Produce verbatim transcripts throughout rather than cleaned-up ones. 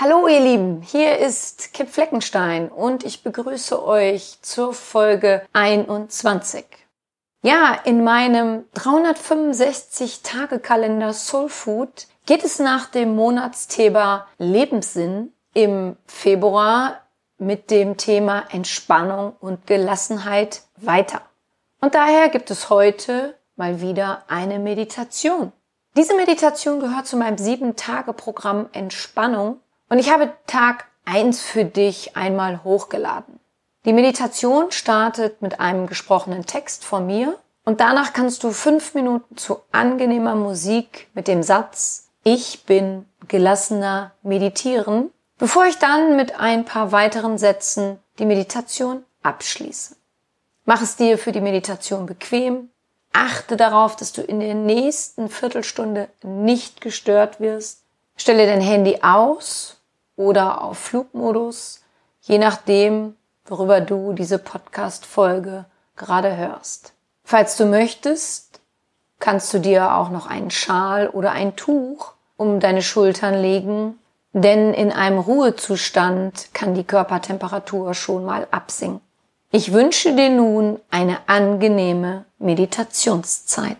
Hallo ihr Lieben, hier ist Kip Fleckenstein und ich begrüße euch zur Folge einundzwanzig. Ja, in meinem dreihundertfünfundsechzig Tage Kalender Soul Food geht es nach dem Monatsthema Lebenssinn im Februar mit dem Thema Entspannung und Gelassenheit weiter. Und daher gibt es heute mal wieder eine Meditation. Diese Meditation gehört zu meinem sieben Tage Programm Entspannung und ich habe Tag eins für dich einmal hochgeladen. Die Meditation startet mit einem gesprochenen Text von mir und danach kannst du fünf Minuten zu angenehmer Musik mit dem Satz Ich bin gelassener meditieren, bevor ich dann mit ein paar weiteren Sätzen die Meditation abschließe. Mach es dir für die Meditation bequem. Achte darauf, dass du in der nächsten Viertelstunde nicht gestört wirst. Stelle dein Handy aus oder auf Flugmodus, je nachdem, worüber du diese Podcast-Folge gerade hörst. Falls du möchtest, kannst du dir auch noch einen Schal oder ein Tuch um deine Schultern legen, denn in einem Ruhezustand kann die Körpertemperatur schon mal absinken. Ich wünsche dir nun eine angenehme Meditationszeit.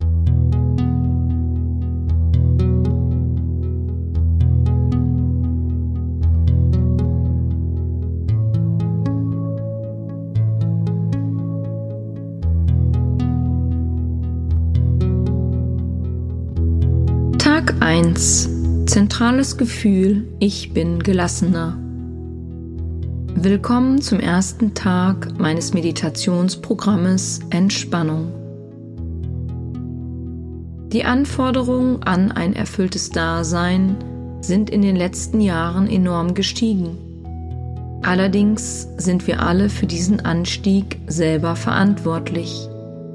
Tag eins. Zentrales Gefühl, ich bin gelassener. Willkommen zum ersten Tag meines Meditationsprogrammes Entspannung. Die Anforderungen an ein erfülltes Dasein sind in den letzten Jahren enorm gestiegen. Allerdings sind wir alle für diesen Anstieg selber verantwortlich.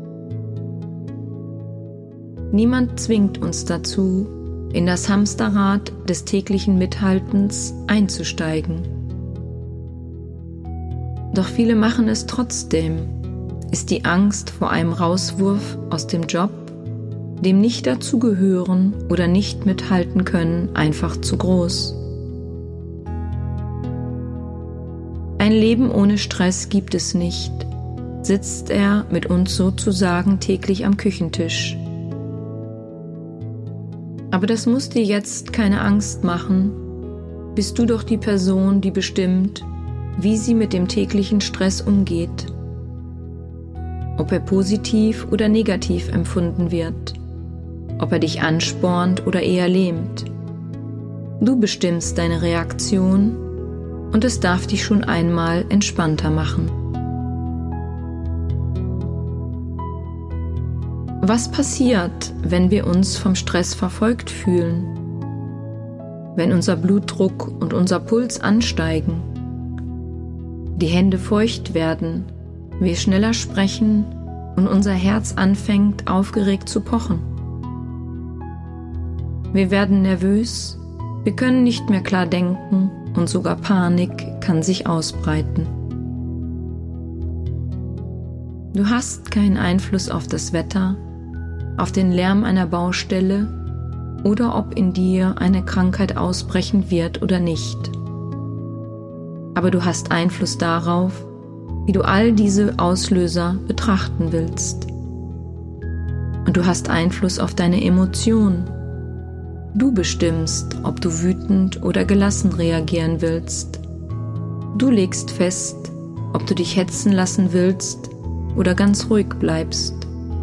Niemand zwingt uns dazu, in das Hamsterrad des täglichen Mithaltens einzusteigen. Doch viele machen es trotzdem. Ist die Angst vor einem Rauswurf aus dem Job, dem nicht dazugehören oder nicht mithalten können, einfach zu groß? Ein Leben ohne Stress gibt es nicht, sitzt er mit uns sozusagen täglich am Küchentisch. Aber das muss dir jetzt keine Angst machen. Bist du doch die Person, die bestimmt, wie sie mit dem täglichen Stress umgeht. Ob er positiv oder negativ empfunden wird. Ob er dich anspornt oder eher lähmt. Du bestimmst deine Reaktion und es darf dich schon einmal entspannter machen. Was passiert, wenn wir uns vom Stress verfolgt fühlen? Wenn unser Blutdruck und unser Puls ansteigen? Die Hände feucht werden, wir schneller sprechen und unser Herz anfängt aufgeregt zu pochen. Wir werden nervös, wir können nicht mehr klar denken und sogar Panik kann sich ausbreiten. Du hast keinen Einfluss auf das Wetter, auf den Lärm einer Baustelle oder ob in dir eine Krankheit ausbrechen wird oder nicht. Aber du hast Einfluss darauf, wie du all diese Auslöser betrachten willst. Und du hast Einfluss auf deine Emotionen. Du bestimmst, ob du wütend oder gelassen reagieren willst. Du legst fest, ob du dich hetzen lassen willst oder ganz ruhig bleibst.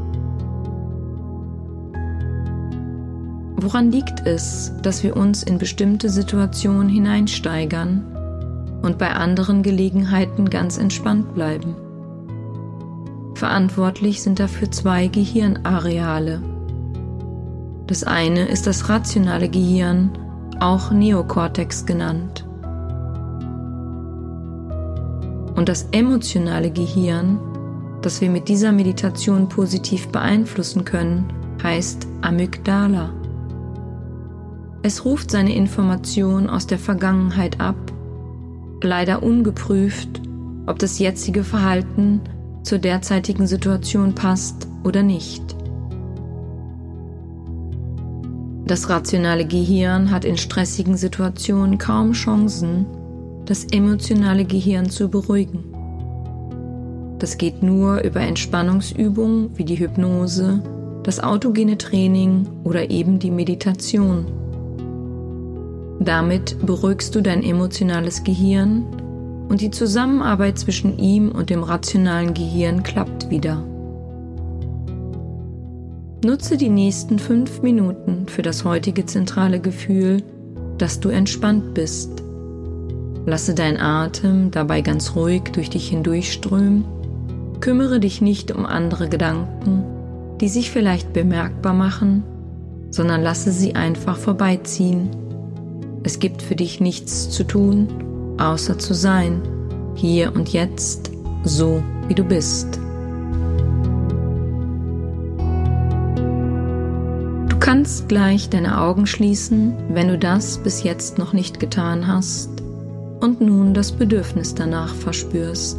Woran liegt es, dass wir uns in bestimmte Situationen hineinsteigern und bei anderen Gelegenheiten ganz entspannt bleiben? Verantwortlich sind dafür zwei Gehirnareale. Das eine ist das rationale Gehirn, auch Neokortex genannt. Und das emotionale Gehirn, das wir mit dieser Meditation positiv beeinflussen können, heißt Amygdala. Es ruft seine Information aus der Vergangenheit ab, leider ungeprüft, ob das jetzige Verhalten zur derzeitigen Situation passt oder nicht. Das rationale Gehirn hat in stressigen Situationen kaum Chancen, das emotionale Gehirn zu beruhigen. Das geht nur über Entspannungsübungen wie die Hypnose, das autogene Training oder eben die Meditation. Damit beruhigst du dein emotionales Gehirn und die Zusammenarbeit zwischen ihm und dem rationalen Gehirn klappt wieder. Nutze die nächsten fünf Minuten für das heutige zentrale Gefühl, dass du entspannt bist. Lasse deinen Atem dabei ganz ruhig durch dich hindurchströmen. Kümmere dich nicht um andere Gedanken, die sich vielleicht bemerkbar machen, sondern lasse sie einfach vorbeiziehen. Es gibt für dich nichts zu tun, außer zu sein, hier und jetzt, so wie du bist. Du kannst gleich deine Augen schließen, wenn du das bis jetzt noch nicht getan hast und nun das Bedürfnis danach verspürst.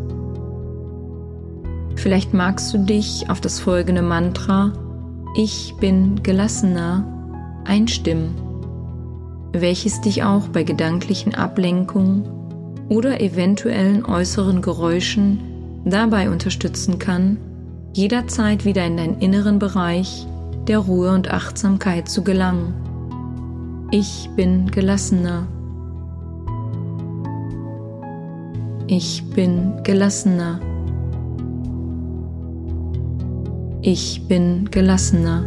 Vielleicht magst du dich auf das folgende Mantra „Ich bin gelassener“ einstimmen, welches dich auch bei gedanklichen Ablenkungen oder eventuellen äußeren Geräuschen dabei unterstützen kann, jederzeit wieder in deinen inneren Bereich der Ruhe und Achtsamkeit zu gelangen. Ich bin gelassener. Ich bin gelassener. Ich bin gelassener.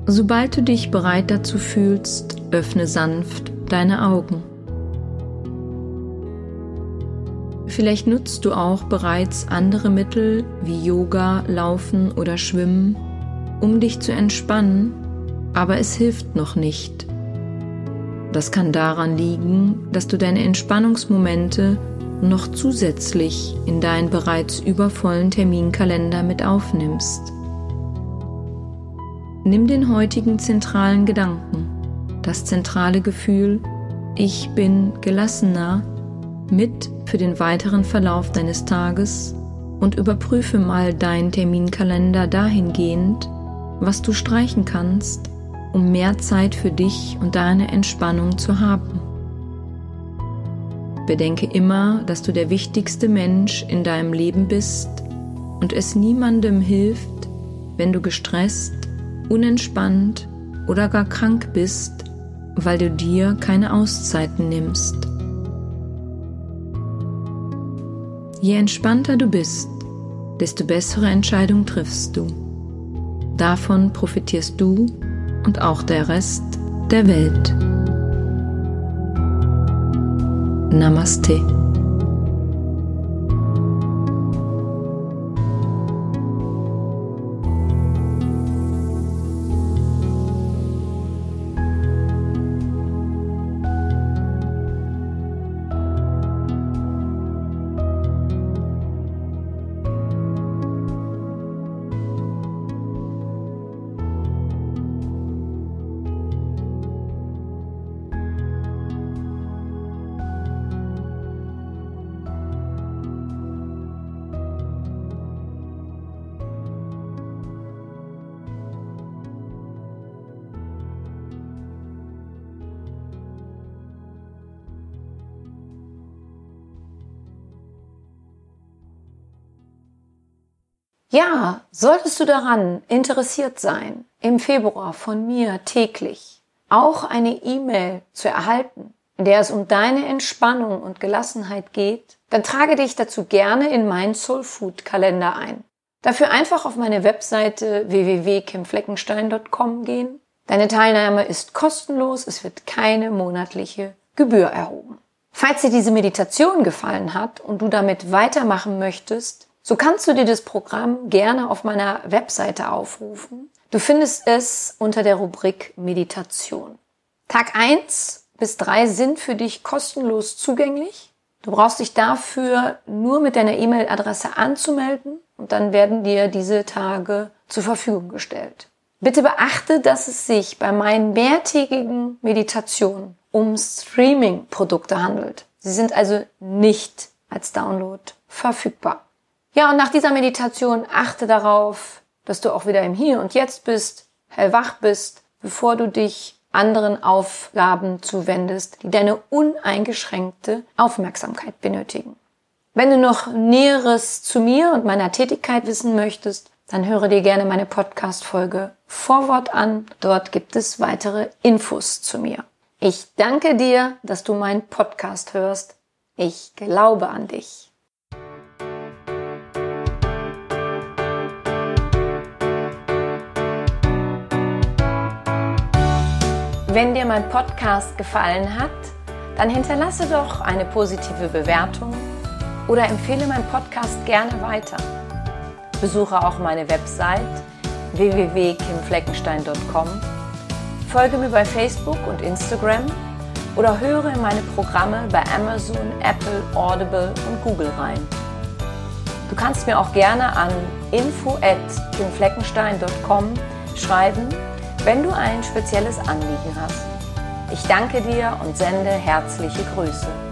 Sobald du dich bereit dazu fühlst, öffne sanft deine Augen. Vielleicht nutzt du auch bereits andere Mittel wie Yoga, Laufen oder Schwimmen, um dich zu entspannen, aber es hilft noch nicht. Das kann daran liegen, dass du deine Entspannungsmomente noch zusätzlich in deinen bereits übervollen Terminkalender mit aufnimmst. Nimm den heutigen zentralen Gedanken, das zentrale Gefühl, ich bin gelassener, mit für den weiteren Verlauf deines Tages und überprüfe mal deinen Terminkalender dahingehend, was du streichen kannst, um mehr Zeit für dich und deine Entspannung zu haben. Bedenke immer, dass du der wichtigste Mensch in deinem Leben bist und es niemandem hilft, wenn du gestresst, unentspannt oder gar krank bist, weil du dir keine Auszeiten nimmst. Je entspannter du bist, desto bessere Entscheidungen triffst du. Davon profitierst du und auch der Rest der Welt. Namaste. Ja, solltest du daran interessiert sein, im Februar von mir täglich auch eine E-Mail zu erhalten, in der es um deine Entspannung und Gelassenheit geht, dann trage dich dazu gerne in meinen Soulfood-Kalender ein. Dafür einfach auf meine Webseite w w w punkt kim fleckenstein punkt com gehen. Deine Teilnahme ist kostenlos, es wird keine monatliche Gebühr erhoben. Falls dir diese Meditation gefallen hat und du damit weitermachen möchtest, so kannst du dir das Programm gerne auf meiner Webseite aufrufen. Du findest es unter der Rubrik Meditation. Tag eins bis drei sind für dich kostenlos zugänglich. Du brauchst dich dafür nur mit deiner E-Mail-Adresse anzumelden und dann werden dir diese Tage zur Verfügung gestellt. Bitte beachte, dass es sich bei meinen mehrtägigen Meditationen um Streaming-Produkte handelt. Sie sind also nicht als Download verfügbar. Ja, und nach dieser Meditation achte darauf, dass du auch wieder im Hier und Jetzt bist, hellwach bist, bevor du dich anderen Aufgaben zuwendest, die deine uneingeschränkte Aufmerksamkeit benötigen. Wenn du noch Näheres zu mir und meiner Tätigkeit wissen möchtest, dann höre dir gerne meine Podcast-Folge Vorwort an. Dort gibt es weitere Infos zu mir. Ich danke dir, dass du meinen Podcast hörst. Ich glaube an dich. Wenn dir mein Podcast gefallen hat, dann hinterlasse doch eine positive Bewertung oder empfehle meinen Podcast gerne weiter. Besuche auch meine Website w w w punkt kim fleckenstein punkt com, folge mir bei Facebook und Instagram oder höre in meine Programme bei Amazon, Apple, Audible und Google rein. Du kannst mir auch gerne an info at kim fleckenstein punkt com schreiben, wenn du ein spezielles Anliegen hast. Ich danke dir und sende herzliche Grüße.